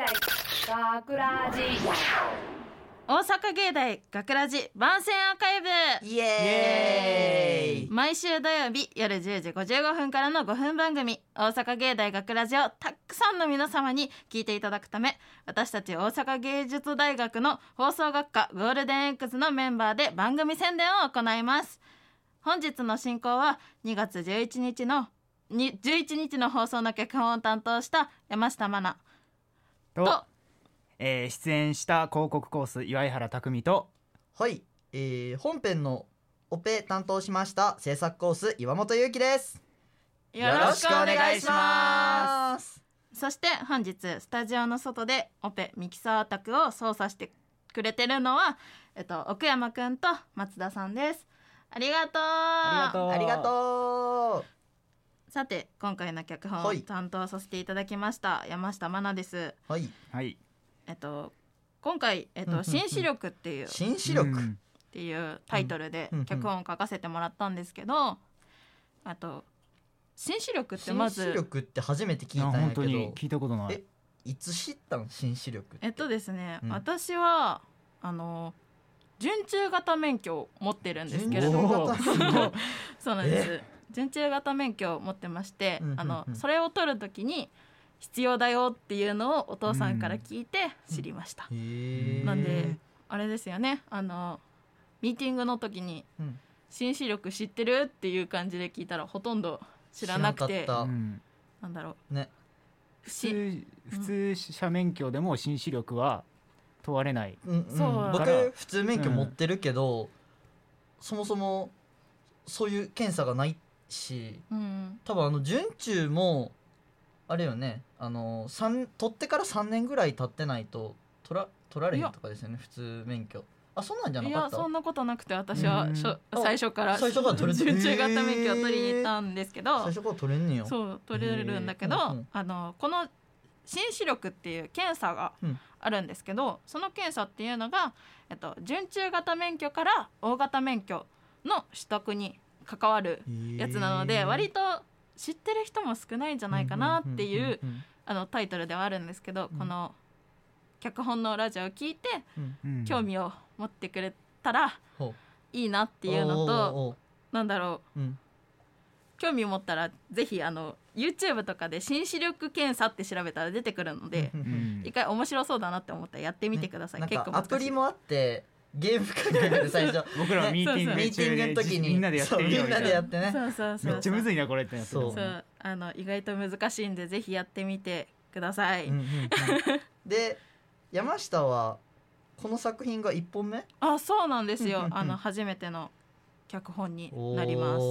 学ラジ大阪芸大学ラジ番宣アーカイブイエーイ。 毎週土曜日夜10時55分からの5分番組大阪芸大学ラジをたくさんの皆様に聞いていただくため、私たち大阪芸術大学の放送学科ゴールデン X のメンバーで番組宣伝を行います。本日の進行は2月11日の放送の脚本を担当した山下真奈と出演した広告コース岩井原匠と、 はい、本編のオペ担当しました制作コース岩本裕樹です。 よろしくお願いします。 そして本日スタジオの外でオペミキサー卓を操作してくれてるのは、奥山くんと松田さんです。ありがとう。 ありがとう。 さて今回の脚本を担当させていただきました山下真奈です。 はいはい、 今回、新視力っていう新視力っていうタイトルで脚本を書かせてもらったんですけど、新視力ってまず新視力って初めて聞いたんやけど、 本当に聞いたことない。 いつ知ったん新視力って。 ですね、私は準中型免許を持ってるんですけれどもそうなんです。準中型免許を持ってまして、それを取るときに必要だよっていうのをお父さんから聞いて知りました。なんであれですよね、ミーティングの時に新視力知ってるっていう感じで聞いたらほとんど知らなくて、なんだろうね、 普通車免許でも新視力は問われない。 僕普通免許持ってるけど、そもそもそういう検査がないし、多分準中もあれよね、取ってから3年ぐらい経ってないと取られへんとかですよね、普通免許。そんなんじゃなかった？ いやそんなことなくて、私は最初から準中型免許を取りに行ったんですけど、 最初から取れんねや。 そう取れるんだけど、この新視力っていう検査があるんですけど、その検査っていうのが、準中型免許から大型免許の取得に関わるやつなので、割と知ってる人も少ないんじゃないかなっていうタイトルではあるんですけど、この脚本のラジオを聞いて興味を持ってくれたらいいなっていうのと、なんだろう、興味を持ったらぜひYouTube とかで新視力検査って調べたら出てくるので、一回面白そうだなって思ったらやってみてください。結構難しい。 アプリもあってゲームかけて最初僕らはミーティングの時にみんなでやってるよみたいな。 みんなでやってね。 めっちゃむずいなこれってやつ。 そう意外と難しいんでぜひやってみてください。 で山下はこの作品が1本目？ そうなんですよ。初めての脚本になります。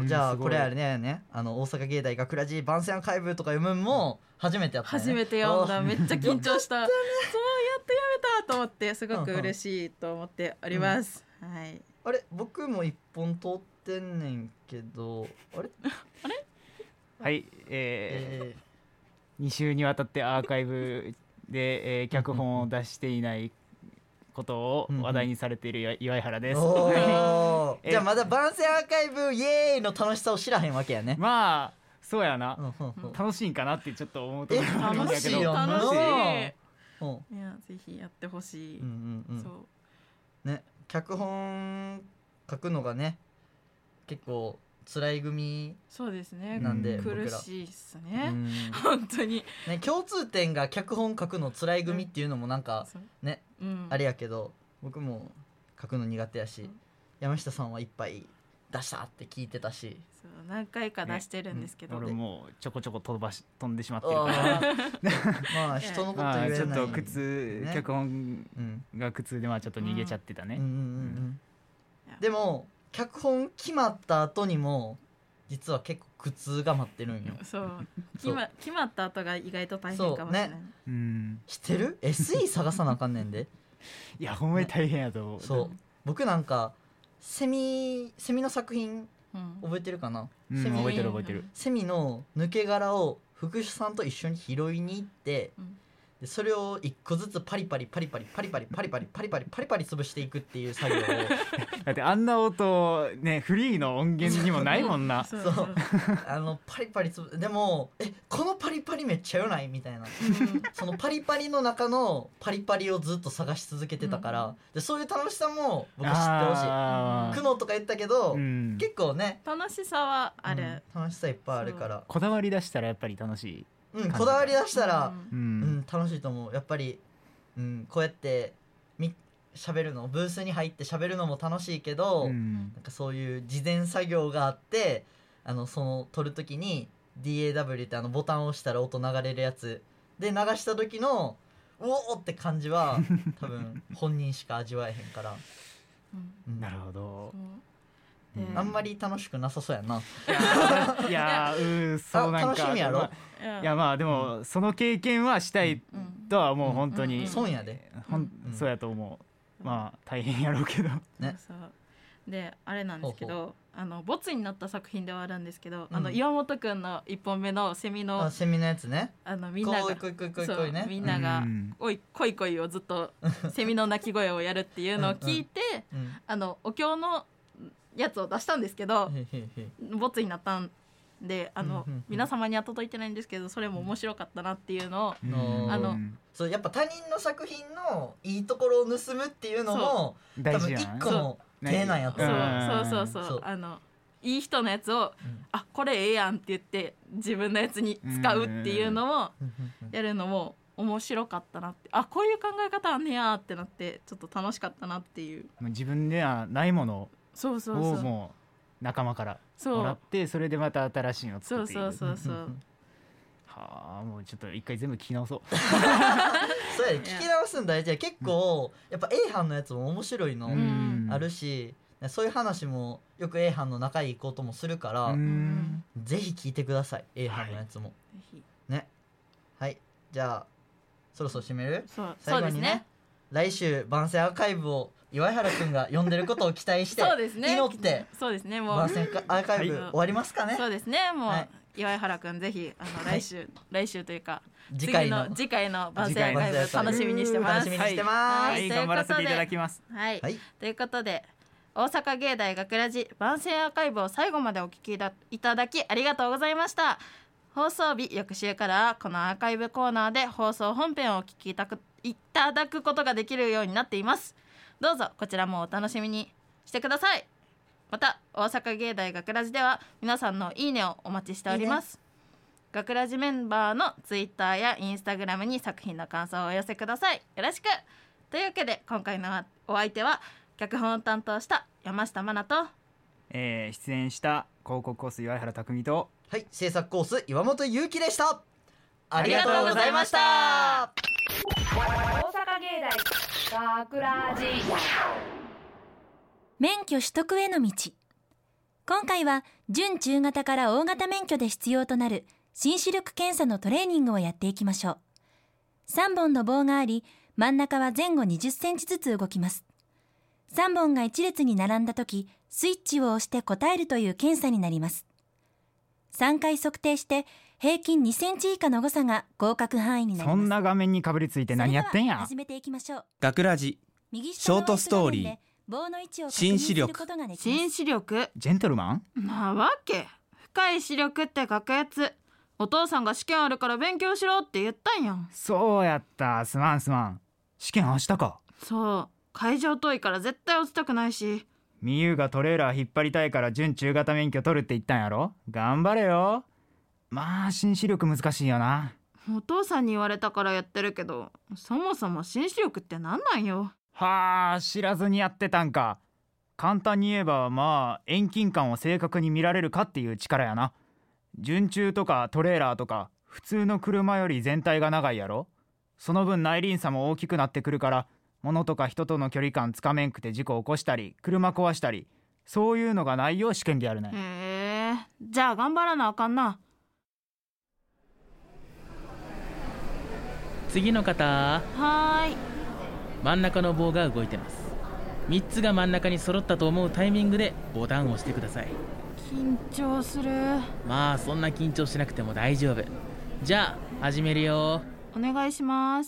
じゃあこれあれね、大阪芸大学ラジ番宣アーカイブとか読むんも初めてやったね。 初めて読んだ。めっちゃ緊張した。そうやっと読めたと思ってすごく嬉しいと思っております。はい。 あれ僕も1本通ってんねんけど、あれはい、2週にわたってアーカイブで、脚本を出していないことを話題にされている岩井原です。 じゃあまだ番宣アーカイブイエーイの楽しさを知らへんわけやね。 まあそうやな、楽しいんかなってちょっと思うところあるんだけど、 楽しい。いやぜひやってほしい。 そうね、脚本書くのがね結構辛い組なんで、 苦しいっすね、本当にね。共通点が脚本書くの辛い組っていうのもなんかね、あれやけど僕も書くの苦手やし、山下さんはいっぱい出したって聞いてたし、 そう何回か出してるんですけど、 俺もちょこちょこ飛んでしまってるからまあ人のこと言えない、 ちょっと苦痛、脚本が苦痛でちょっと逃げちゃってたね。 でも脚本決まった後にも実は結構苦痛が待ってるんよ。 そう決まった後が意外と大変かもしれない。 知ってる？ SE 探さなあかんねんで。 いやほんまに大変やと思う。 そう僕なんかセミの作品覚えてるかな？ 覚えてる。 セミの抜け殻を福士さんと一緒に拾いに行って、 でそれを一個ずつパリパリパリパリパリパリパリパリパリパリパリパリ潰していくっていう作業をだってあんな音ねフリーの音源にもないもんなそうパリパリ潰でもこのパリパリめっちゃよないみたいなそのパリパリの中のパリパリをずっと探し続けてたから、でそういう楽しさも僕知ってほしい。苦悩とか言ったけど、結構ね楽しさはある、 楽しさいっぱいあるから、 こだわり出したらやっぱり楽しい。 こだわり出したら、楽しいと思う。やっぱり、こうやって喋るのブースに入って喋るのも楽しいけど、なんかそういう事前作業があってその撮る時に DAW ってボタンを押したら音流れるやつで流した時のうおーって感じは多分本人しか味わえへんから、 なるほど。 あんまり楽しくなさそうやな。 いやそうなんか楽しみやろ。 いやまあでもその経験はしたいとはもう本当にそうやで、 そうやと思う。まあ大変やろうけどね。であれなんですけどボツになった作品ではあるんですけど、岩本くんの1本目のセミのやつね、 みんながみんながおいこいこいをずっとセミの鳴き声をやるっていうのを聞いてお経のやつを出したんですけどボツになったんで皆様には届いてないんですけど、それも面白かったなっていうのをそうやっぱ他人の作品のいいところを盗むっていうのも多分一個の手なんやと思う。そういい人のやつをこれええやんって言って自分のやつに使うっていうのをやるのも面白かったなって、こういう考え方あんねやってなってちょっと楽しかったなっていう。 自分ではないものをそうもう仲間からもらってそれでまた新しいのを作っている。 そうはあ、もうちょっと一回全部聞き直そうそうや、聞き直すん大事や。結構やっぱ A 班のやつも面白いのあるし、そういう話もよく A 班の仲いいこともするから、ぜひ聞いてください A 班のやつも、ね。はい、じゃあそろそろ締める。最後にね、来週番宣アーカイブを岩原くんが読んでることを期待して祈ってもう番宣アーカイブ終わりますかね。 そうですね、もう岩原くんぜひ来週というか次回の番宣アーカイブ楽しみにしてます。 頑張らせていただきます。 ということで大阪芸大学ラジ番宣アーカイブを最後までお聞きいただきありがとうございました。放送日翌週からこのアーカイブコーナーで放送本編をお聞きいただくことができるようになっています。どうぞこちらもお楽しみにしてください。また大阪芸大学ラジでは皆さんのいいねをお待ちしております。学ラジメンバーのツイッターやインスタグラムに作品の感想をお寄せください。よろしく。というわけで今回のお相手は脚本を担当した山下真奈と、 出演した広告コース岩原匠と、 制作コース岩本裕樹でした。 ありがとうございました。 大阪芸大学ラジ免許取得への道。今回は準中型から大型免許で必要となる新視力検査のトレーニングをやっていきましょう。3本の棒があり、真ん中は前後20センチずつ動きます。3本が1列に並んだとき、スイッチを押して答えるという検査になります。3回測定して平均2センチ以下の誤差が合格範囲になります。 そんな画面にかぶりついて何やってんや。 始めていきましょう。 学ラジショートストーリー新視力。 新視力ジェントルマンなわけ。深い視力って書くやつ。お父さんが試験あるから勉強しろって言ったんやん。 そうやった。すまん試験明日か。 そう、会場遠いから絶対落ちたくないし、 みゆがトレーラー引っ張りたいから準中型免許取るって言ったんやろ。頑張れよ。まあ新視力難しいよな。 お父さんに言われたからやってるけど、そもそも新視力って何なんよ。 はあ、知らずにやってたんか。簡単に言えば遠近感を正確に見られるかっていう力やな。準中とかトレーラーとか普通の車より全体が長いやろ。その分内輪差も大きくなってくるから、物とか人との距離感つかめんくて事故起こしたり車壊したり、そういうのがないよう試験でやるね。 へえ、じゃあ頑張らなあかんな。 次の方。 はーい。 真ん中の棒が動いてます。3つが真ん中に揃ったと思うタイミングでボタンを押してください。 緊張する。 まあそんな緊張しなくても大丈夫。じゃあ始めるよ。 お願いします。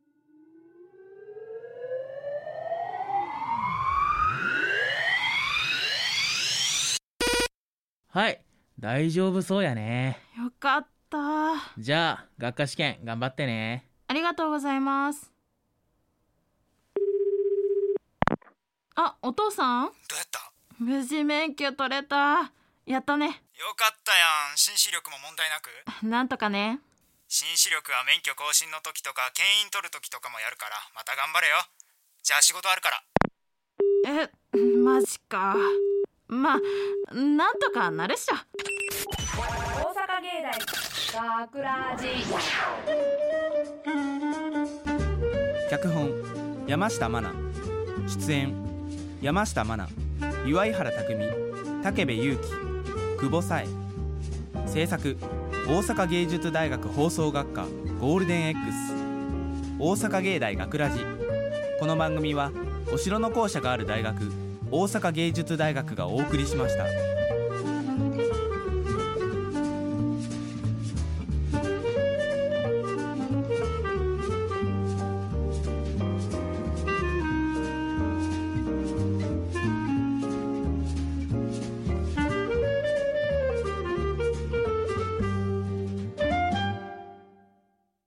はい、大丈夫そうやね。 よかった。 じゃあ学科試験頑張ってね。 ありがとうございます。あ、お父さん、 どうやった？ 無事免許取れた。やったね。 よかったやん。新視力も問題なく。 なんとかね。 新視力は免許更新の時とか牽引取る時とかもやるから、また頑張れよ。じゃあ仕事あるから。 マジか。まあなんとかなるっしょ。 大阪芸大学ラジ。 脚本山下真奈、出演山下真奈、岩井原拓実、武部勇樹、久保紗恵。制作大阪芸術大学放送学科ゴールデン X。 大阪芸大学ラジ。この番組はお城の校舎がある大学大阪芸術大学がお送りしました。